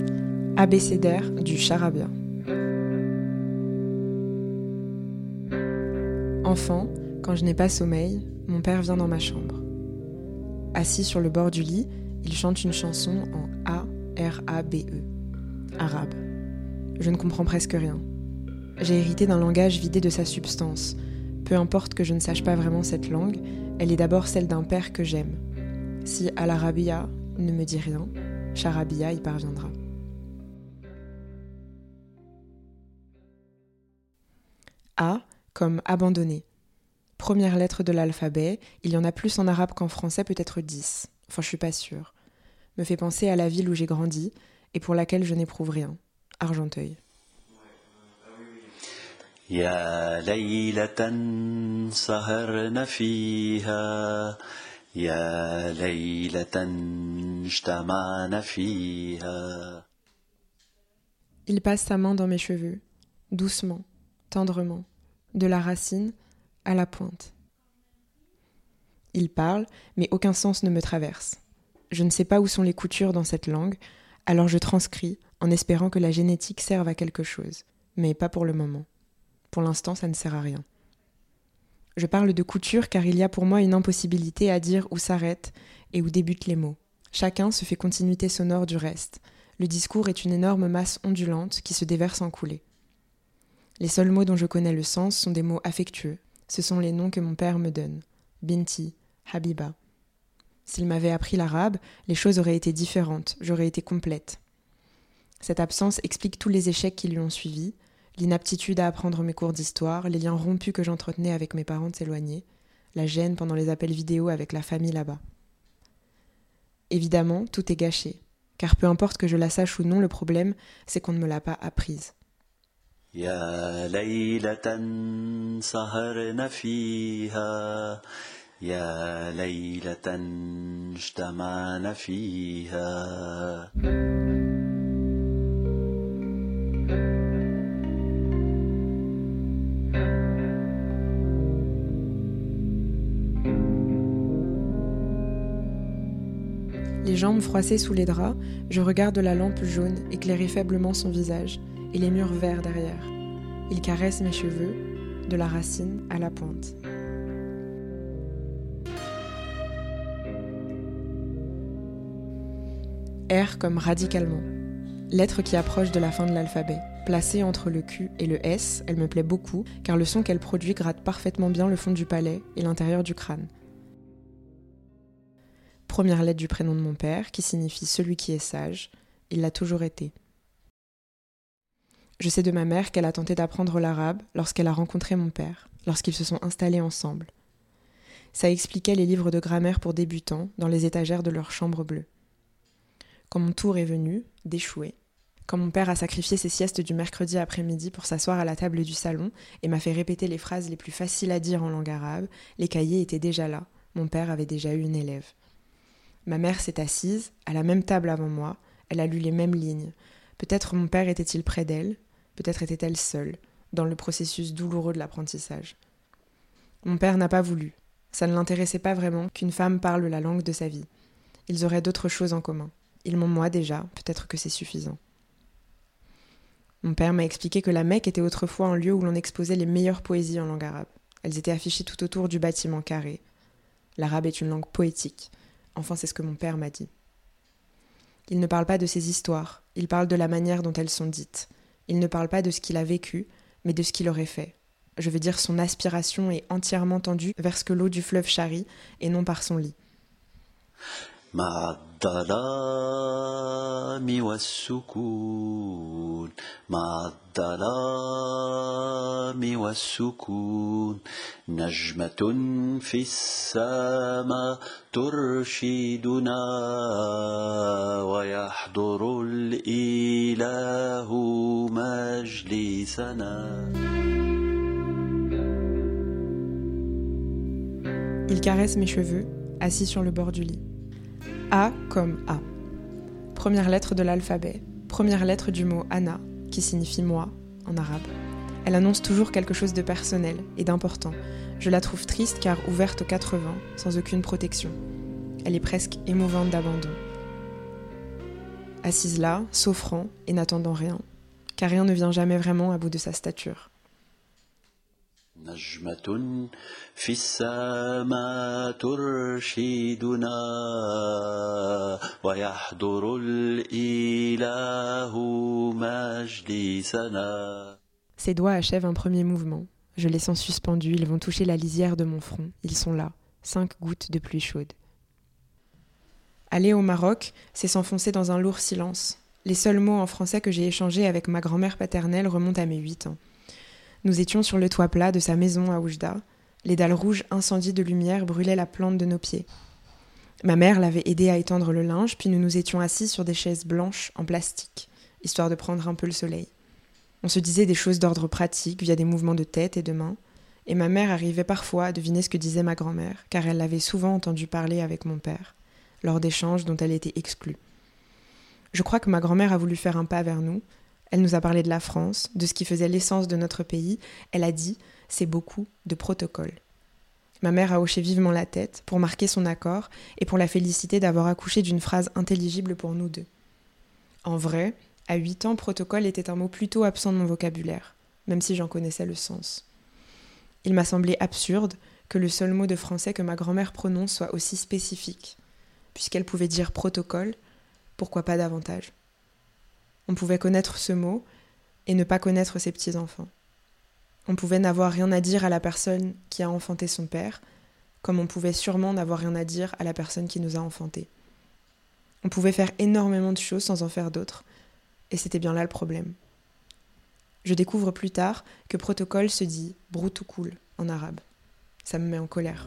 Abécédaire du charabia. Enfant, quand je n'ai pas sommeil, mon père vient dans ma chambre. Assis sur le bord du lit, il chante une chanson en A-R-A-B-E, arabe. Je ne comprends presque rien. J'ai hérité d'un langage vidé de sa substance. Peu importe que je ne sache pas vraiment cette langue, elle est d'abord celle d'un père que j'aime. Si Al-Arabia ne me dit rien, Charabia y parviendra. A comme abandonné. Première lettre de l'alphabet, il y en a plus en arabe qu'en français, peut-être 10. Enfin, je suis pas sûre. Me fait penser à la ville où j'ai grandi et pour laquelle je n'éprouve rien. Argenteuil. يا ليلة سهرنا فيها يا ليلة اجتمعنا فيها. Il passe sa main dans mes cheveux, doucement, tendrement, de la racine à la pointe. Il parle, mais aucun sens ne me traverse. Je ne sais pas où sont les coutures dans cette langue, alors je transcris en espérant que la génétique serve à quelque chose, mais pas pour le moment. Pour l'instant, ça ne sert à rien. Je parle de couture car il y a pour moi une impossibilité à dire où s'arrêtent et où débutent les mots. Chacun se fait continuité sonore du reste. Le discours est une énorme masse ondulante qui se déverse en coulées. Les seuls mots dont je connais le sens sont des mots affectueux. Ce sont les noms que mon père me donne. Binti, Habiba. S'il m'avait appris l'arabe, les choses auraient été différentes, j'aurais été complète. Cette absence explique tous les échecs qui lui ont suivi, l'inaptitude à apprendre mes cours d'histoire, les liens rompus que j'entretenais avec mes parents éloignés, la gêne pendant les appels vidéo avec la famille là-bas. Évidemment, tout est gâché, car peu importe que je la sache ou non, le problème, c'est qu'on ne me l'a pas apprise. يا ليلة سهرنا فيها يا ليلة اجتمعنا فيها. Les jambes froissées sous les draps, je regarde la lampe jaune éclairer faiblement son visage et les murs verts derrière. Il caresse mes cheveux, de la racine à la pointe. R comme radicalement. Lettre qui approche de la fin de l'alphabet. Placée entre le Q et le S, elle me plaît beaucoup car le son qu'elle produit gratte parfaitement bien le fond du palais et l'intérieur du crâne. Première lettre du prénom de mon père, qui signifie celui qui est sage. Il l'a toujours été. Je sais de ma mère qu'elle a tenté d'apprendre l'arabe lorsqu'elle a rencontré mon père, lorsqu'ils se sont installés ensemble. Ça expliquait les livres de grammaire pour débutants dans les étagères de leur chambre bleue. Quand mon tour est venu, d'échouer, quand mon père a sacrifié ses siestes du mercredi après-midi pour s'asseoir à la table du salon et m'a fait répéter les phrases les plus faciles à dire en langue arabe, les cahiers étaient déjà là, mon père avait déjà eu une élève. Ma mère s'est assise, à la même table avant moi, elle a lu les mêmes lignes. Peut-être mon père était-il près d'elle, peut-être était-elle seule, dans le processus douloureux de l'apprentissage. Mon père n'a pas voulu. Ça ne l'intéressait pas vraiment qu'une femme parle la langue de sa vie. Ils auraient d'autres choses en commun. Ils m'ont moi déjà, peut-être que c'est suffisant. Mon père m'a expliqué que la Mecque était autrefois un lieu où l'on exposait les meilleures poésies en langue arabe. Elles étaient affichées tout autour du bâtiment carré. L'arabe est une langue poétique. Enfin, c'est ce que mon père m'a dit. Il ne parle pas de ses histoires, il parle de la manière dont elles sont dites. Il ne parle pas de ce qu'il a vécu, mais de ce qu'il aurait fait. Je veux dire, son aspiration est entièrement tendue vers ce que l'eau du fleuve charrie, et non par son lit. مع الظلام والسكون مع الظلام والسكون نجمة في السماء ترشدنا ويحضر الإله مجلسنا. Il caresse mes cheveux, assis sur le bord du lit. A comme A. Première lettre de l'alphabet, première lettre du mot Ana, qui signifie moi en arabe. Elle annonce toujours quelque chose de personnel et d'important. Je la trouve triste car ouverte aux 4 vents, sans aucune protection. Elle est presque émouvante d'abandon. assise là, s'offrant et n'attendant rien, car rien ne vient jamais vraiment à bout de sa stature. نجمة في السماء ترشدنا ويحضر الإله مجلسنا. Ses doigts achèvent un premier mouvement. Je les sens suspendus, ils vont toucher la lisière de mon front. Ils sont là, 5 gouttes de pluie chaude. Aller au Maroc, c'est s'enfoncer dans un lourd silence. Les seuls mots en français que j'ai échangés avec ma grand-mère paternelle remontent à mes 8 ans. Nous étions sur le toit plat de sa maison à Oujda. Les dalles rouges incendies de lumière brûlaient la plante de nos pieds. Ma mère l'avait aidé à étendre le linge, puis nous nous étions assis sur des chaises blanches en plastique, histoire de prendre un peu le soleil. On se disait des choses d'ordre pratique via des mouvements de tête et de main, et ma mère arrivait parfois à deviner ce que disait ma grand-mère, car elle l'avait souvent entendu parler avec mon père, lors d'échanges dont elle était exclue. Je crois que ma grand-mère a voulu faire un pas vers nous. Elle nous a parlé de la France, de ce qui faisait l'essence de notre pays. Elle a dit « c'est beaucoup de protocoles ». Ma mère a hoché vivement la tête pour marquer son accord et pour la féliciter d'avoir accouché d'une phrase intelligible pour nous deux. En vrai, à 8 ans, protocole était un mot plutôt absent de mon vocabulaire, même si j'en connaissais le sens. Il m'a semblé absurde que le seul mot de français que ma grand-mère prononce soit aussi spécifique. Puisqu'elle pouvait dire protocole, pourquoi pas davantage ? On pouvait connaître ce mot et ne pas connaître ses petits-enfants. On pouvait n'avoir rien à dire à la personne qui a enfanté son père, comme on pouvait sûrement n'avoir rien à dire à la personne qui nous a enfantés. On pouvait faire énormément de choses sans en faire d'autres, et c'était bien là le problème. Je découvre plus tard que protocole se dit « broutoukul » en arabe. Ça me met en colère.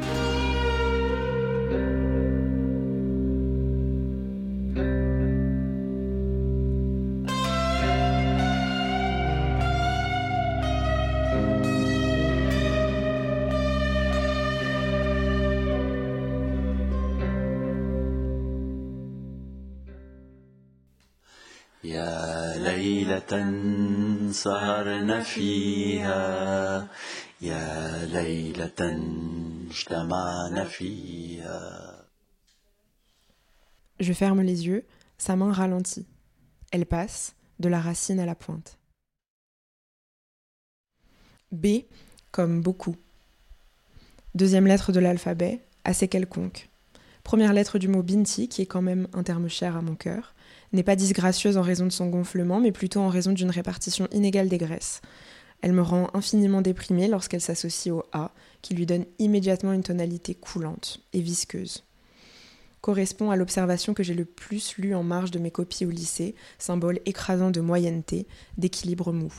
يا ليلة سهرنا فيها يا ليلة اجتمعنا فيها. Je ferme les yeux, sa main ralentit. Elle passe de la racine à la pointe. B comme beaucoup. Deuxième lettre de l'alphabet, assez quelconque. Première lettre du mot binti, qui est quand même un terme cher à mon cœur, n'est pas disgracieuse en raison de son gonflement, mais plutôt en raison d'une répartition inégale des graisses. Elle me rend infiniment déprimée lorsqu'elle s'associe au A, qui lui donne immédiatement une tonalité coulante et visqueuse. Correspond à l'observation que j'ai le plus lue en marge de mes copies au lycée, symbole écrasant de moyenneté, d'équilibre mou.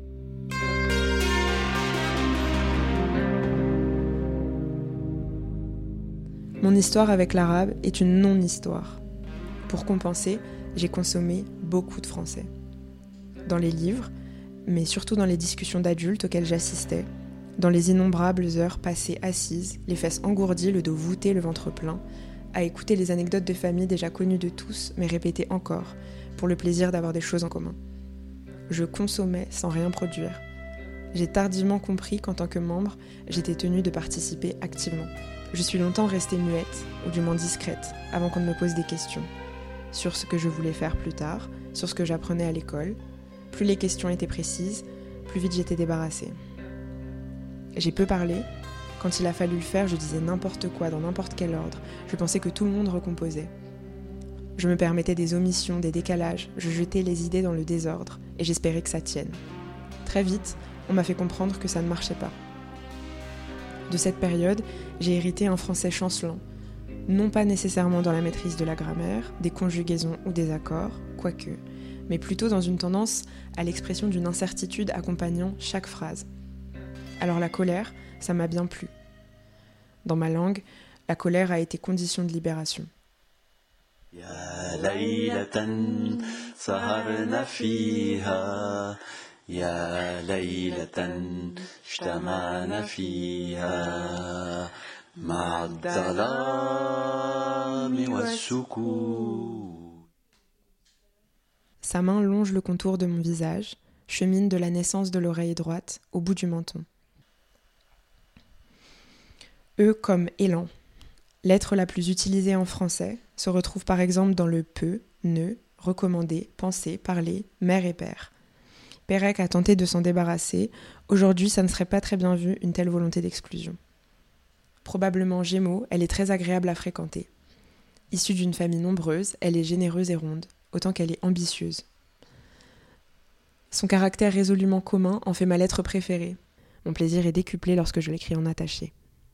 Mon histoire avec l'arabe est une non-histoire. Pour compenser, j'ai consommé beaucoup de français. Dans les livres, mais surtout dans les discussions d'adultes auxquelles j'assistais, dans les innombrables heures passées assises, les fesses engourdies, le dos voûté, le ventre plein, à écouter les anecdotes de famille déjà connues de tous, mais répétées encore, pour le plaisir d'avoir des choses en commun. Je consommais sans rien produire. J'ai tardivement compris qu'en tant que membre, j'étais tenue de participer activement. Je suis longtemps restée muette, ou du moins discrète, avant qu'on ne me pose des questions. Sur ce que je voulais faire plus tard, sur ce que j'apprenais à l'école. Plus les questions étaient précises, plus vite j'étais débarrassée. J'ai peu parlé. Quand il a fallu le faire, je disais n'importe quoi, dans n'importe quel ordre. Je pensais que tout le monde recomposait. Je me permettais des omissions, des décalages. Je jetais les idées dans le désordre, et j'espérais que ça tienne. Très vite, on m'a fait comprendre que ça ne marchait pas. De cette période, j'ai hérité un français chancelant. Non pas nécessairement dans la maîtrise de la grammaire, des conjugaisons ou des accords, quoique, mais plutôt dans une tendance à l'expression d'une incertitude accompagnant chaque phrase. Alors la colère, ça m'a bien plu. Dans ma langue, la colère a été condition de libération. يا ليلة سهرنا فيها يا ليلة اجتمعنا فيها مع الظلام والسكون. Sa main longe le contour de mon visage, chemine de la naissance de l'oreille droite au bout du menton. E comme élan. Lettre la plus utilisée en français se retrouve par exemple dans le peu, ne, recommander, penser, parler, mère et père. Pérec a tenté de s'en débarrasser. Aujourd'hui, ça ne serait pas très bien vu, une telle volonté d'exclusion. Probablement Gémeaux, elle est très agréable à fréquenter. Issue d'une famille nombreuse, elle est généreuse et ronde, autant qu'elle est ambitieuse. Son caractère résolument commun en fait ma lettre préférée. Mon plaisir est décuplé lorsque je l'écris en attaché.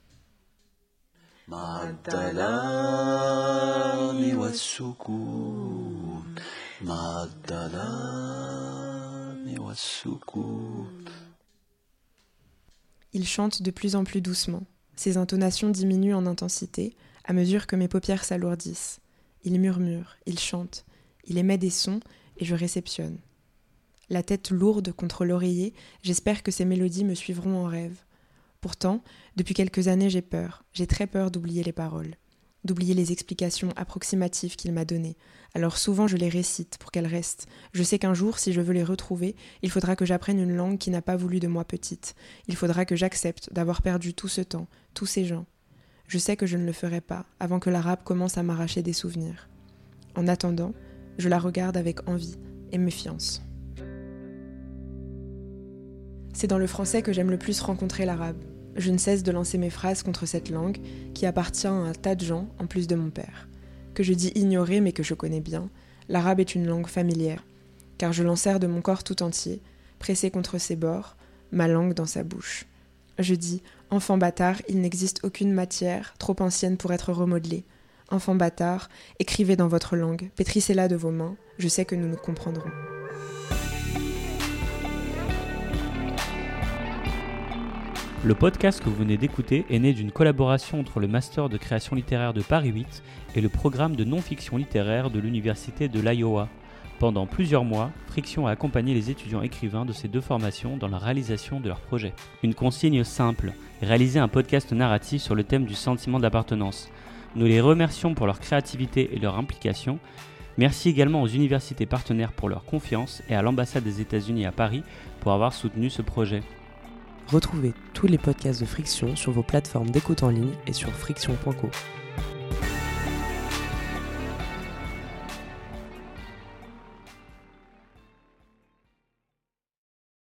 Magdalani was-sukun, Magdalani was-sukun. Il chante de plus en plus doucement. Ses intonations diminuent en intensité à mesure que mes paupières s'alourdissent. Il murmure, il chante, il émet des sons et je réceptionne. La tête lourde contre l'oreiller, j'espère que ces mélodies me suivront en rêve. Pourtant, depuis quelques années, j'ai peur. J'ai très peur d'oublier les paroles, d'oublier les explications approximatives qu'il m'a données. Alors souvent, je les récite pour qu'elles restent. Je sais qu'un jour, si je veux les retrouver, il faudra que j'apprenne une langue qui n'a pas voulu de moi petite. Il faudra que j'accepte d'avoir perdu tout ce temps, tous ces gens. Je sais que je ne le ferai pas avant que l'arabe commence à m'arracher des souvenirs. En attendant, je la regarde avec envie et méfiance. C'est dans le français que j'aime le plus rencontrer l'arabe. Je ne cesse de lancer mes phrases contre cette langue qui appartient à un tas de gens en plus de mon père. Que je dis ignorer mais que je connais bien, l'arabe est une langue familière, car je l'enserre de mon corps tout entier, pressé contre ses bords, ma langue dans sa bouche. Je dis « Enfant bâtard, il n'existe aucune matière trop ancienne pour être remodelée. Enfant bâtard, écrivez dans votre langue, pétrissez-la de vos mains, je sais que nous nous comprendrons. » Le podcast que vous venez d'écouter est né d'une collaboration entre le Master de création littéraire de Paris 8 et le programme de non-fiction littéraire de l'Université de l'Iowa. Pendant plusieurs mois, Friction a accompagné les étudiants écrivains de ces deux formations dans la réalisation de leurs projets. Une consigne simple, réaliser un podcast narratif sur le thème du sentiment d'appartenance. Nous les remercions pour leur créativité et leur implication. Merci également aux universités partenaires pour leur confiance et à l'ambassade des États-Unis à Paris pour avoir soutenu ce projet. Retrouvez tous les podcasts de Friction sur vos plateformes d'écoute en ligne et sur friction.co.